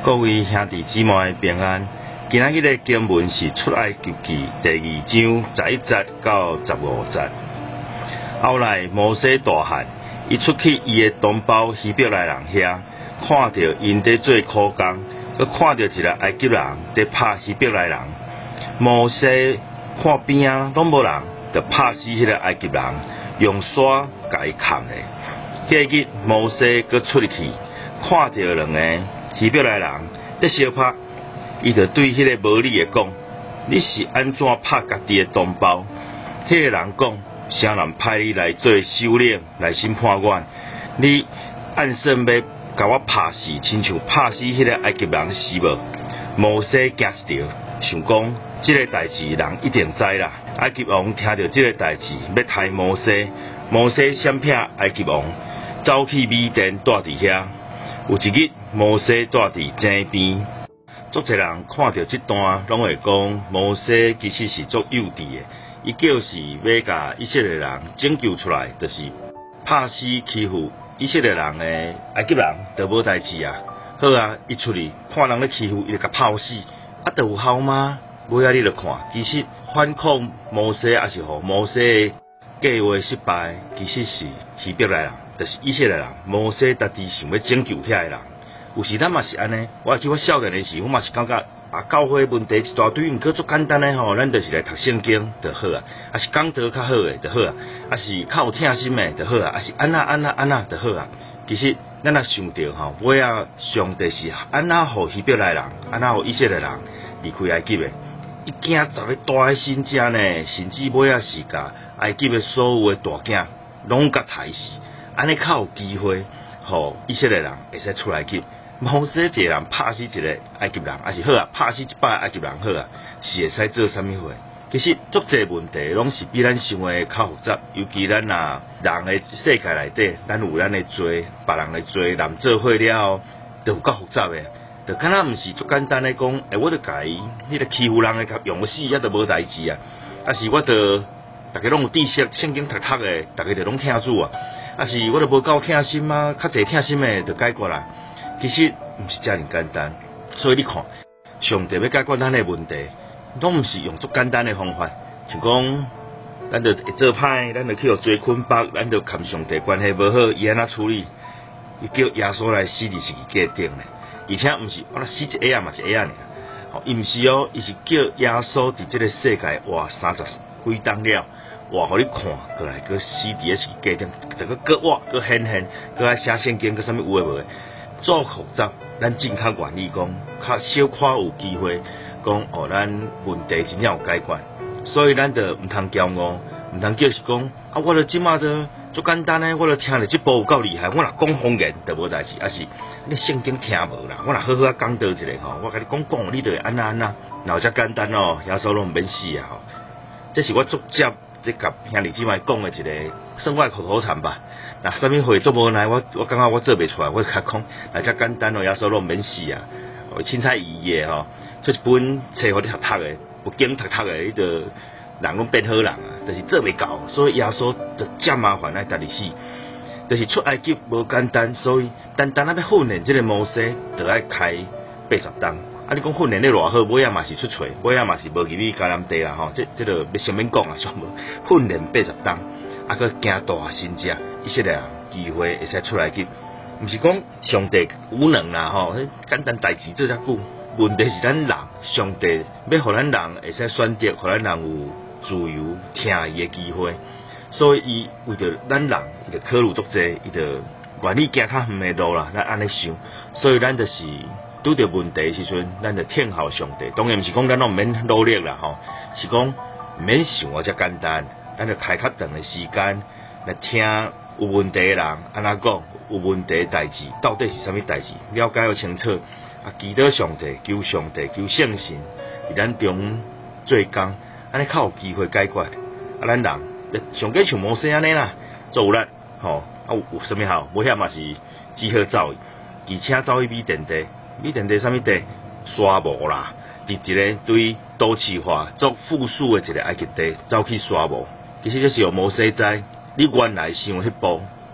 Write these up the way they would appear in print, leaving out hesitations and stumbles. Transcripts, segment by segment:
各位兄弟姊妹平安。今仔日的经文是出埃及记第2章11节到15节。后来摩西大汉，伊出去伊的同胞希伯来人遐，看到因在做苦工，佮看到一个埃及人在拍希伯来人。摩西看边啊拢无人，就拍死迄个埃及人，用刷甲伊砍咧。隔日摩西佮出去，看到2个希伯来人在相拍，伊就对迄个无理的讲：你是安怎拍家己的同胞？迄个人讲：谁人派你来做首领来审判我？你按算要甲我拍死，亲像拍死迄个埃及人是无？摩西惊一跳，想讲即个代志人一定知啦。埃及王听到即个代志，要杀摩西。摩西闪避埃及王，走去米甸住伫遐。有一日，摩西住伫井边，足侪人看到这段，拢会讲摩西其实是足幼稚的。伊就是要甲以色列人拯救出来，就是拍死欺负以色列人的埃及人，就无代志啊。好啊，伊出去看人咧欺负，伊就甲抛死，啊，就有效吗？尾仔你就看，其实反抗摩西，也是互摩西计划失败，其实是希伯来人，就是以色列人。摩西家己想要拯救遐个人，有时咱嘛是安尼。我记我少年的时，我嘛是感觉教会问题一大堆，毋过足简单的吼，咱就是来读圣经就好啊，啊是讲道较好的就好啊，啊是较有听心的就好啊，啊是安那就好啊。其实咱若想到吼，尾仔上帝是安那互希伯来人，安那互以色列人离开埃及的。伊囝十个大个身子呢，甚至尾仔是甲埃及的所有的大囝拢甲杀死，安尼较有机会，互以色列人会使出来去。摩西一个人拍死一个埃及人，也是好啊，拍死100个埃及人好啊，是会使做啥物货？其实足侪问题拢是比咱想的较复杂，尤其咱人的世界内底，咱有咱的罪，别人的罪，人做伙了，就有够复杂的。就敢若毋是足简单的讲，我就甲伊迄个欺负人的甲用死，也就无代志啊。啊是我就大家拢有知识，圣经读的，大家就拢听主啊。啊是我就无够听心啊，较侪听心的就解决啦。其实毋是遮尔简单，所以你看，上帝要解决咱的问题，拢毋是用足简单的方法，像讲，咱就会做歹，咱就去互罪捆绑，咱就含上帝关系无好，伊安怎处理？伊叫耶稣来死20字架顶咧。而且毋是我死一下啊嘛一下尔，伊毋是哦，伊是叫耶稣伫即个世界活30几冬了，活互你看，过来佮死伫迄个架顶，就佮活佮现，佮爱写圣经，佮啥物有诶无诶，做复杂，咱真较愿意讲，较小可有机会讲哦，咱问题真正有解决，所以咱就毋通骄傲，毋通叫是讲啊，我著即马都足简单诶，我著听着即部有够厉害，我若讲方言就无代志，啊是你圣经听无啦，我若好好啊讲道一下吼，我甲你讲，你著会安那，若遮简单哦，耶稣拢免死啊吼，这是我直接在甲兄弟姊妹讲诶一个算我口头禅吧。那啥物话做无来，我感觉我做袂出来，我甲讲，若遮简单哦，耶稣拢免死啊，凊彩伊诶吼，出一本册互你读诶，有经读诶，迄个人拢变好人啊，就是做袂到，所以耶稣就遮麻烦，爱家己死。就是出埃及无简单，所以单要训练这个摩西，就爱开80冬。啊，你讲训练得偌好，尾仔嘛是出错，尾仔嘛是无入去迦南地啦吼。这个要先免讲啊，全部训练80冬，啊，佮惊大身只，以色列人机会会使出来去。毋是讲上帝无能啦吼，简单代志做遮久，问题是咱人，上帝要互咱人会使选择，互咱人有自由听伊的机会。所以伊为着咱人，伊就考虑足济，伊就愿意行较远的路啦。咱安尼想，所以咱就是拄着问题的时阵，咱就听候上帝。当然毋是讲咱拢毋免努力啦吼，是讲毋免想遮简单，咱就开较长的时间来听有问题的人安怎讲，有问题的代志到底是啥物代志，了解清楚。啊，祈祷上帝，求上帝，求圣神伫咱中做工，安尼较有机会解决。啊，咱人。上计像摩西安尼啦，做有力吼，啊有啥物好？无遐嘛是只好走，而且走去米甸地，米甸地啥物地？沙漠啦，伫一个对都市化做富庶的一个埃及地，走去沙漠。其实这是由摩西知，你原来想迄步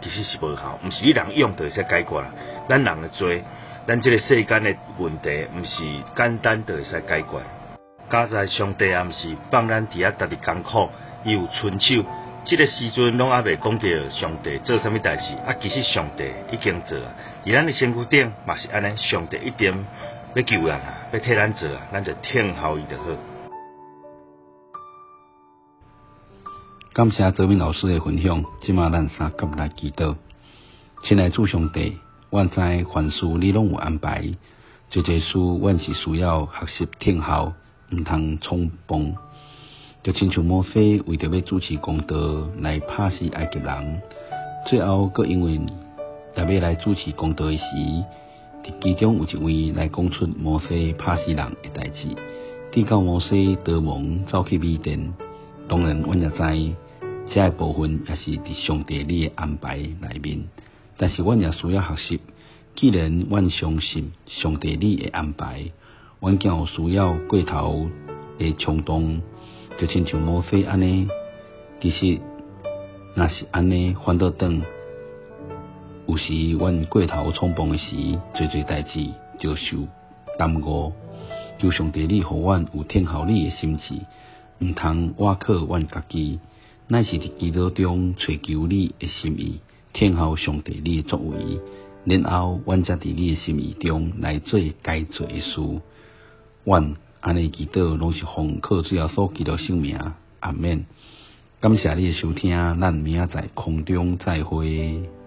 其实是无效，毋是你人用就会使解决啦。咱人的罪，咱这个世间的问题，毋是简单就会使解决。加在上帝也毋是放咱伫遐家己艰苦，伊有伸手。这个时阵拢还未讲到上帝做啥物代志，其实上帝已经做啊。伫咱的身躯顶嘛是安尼，上帝一点要救人啊，要替咱做啊，咱就听候伊就好。 感谢周明老师的分享，即马咱三甲来祈祷。亲爱主上帝，阮知凡事你拢有安排，这事阮是需要学习听候，毋通冲动。就亲像摩西为着要主持公道来拍死埃及人，最后阁因为也要来主持公道的时，伫其中有一位来讲出摩西拍死人的代志，直到摩西逃亡走去米甸。当然，阮也知这部分也是伫上帝你的安排内面，但是阮也需要学习，既然阮相信上帝你的安排，阮竟有需要过头的冲动。就亲像摩西安尼，其实若是安尼反倒转，有时阮过头冲动的时，侪代志就受耽误。求上帝你互阮有听候你的心志，毋通倚靠阮家己，乃是伫基督中寻求你的心意，听候上帝你的作为，然后阮才伫你的心意中来做该做的事。阮安尼祈祷拢是奉靠主耶稣基督圣名，阿免。感谢你的收听，咱明仔载空中再会。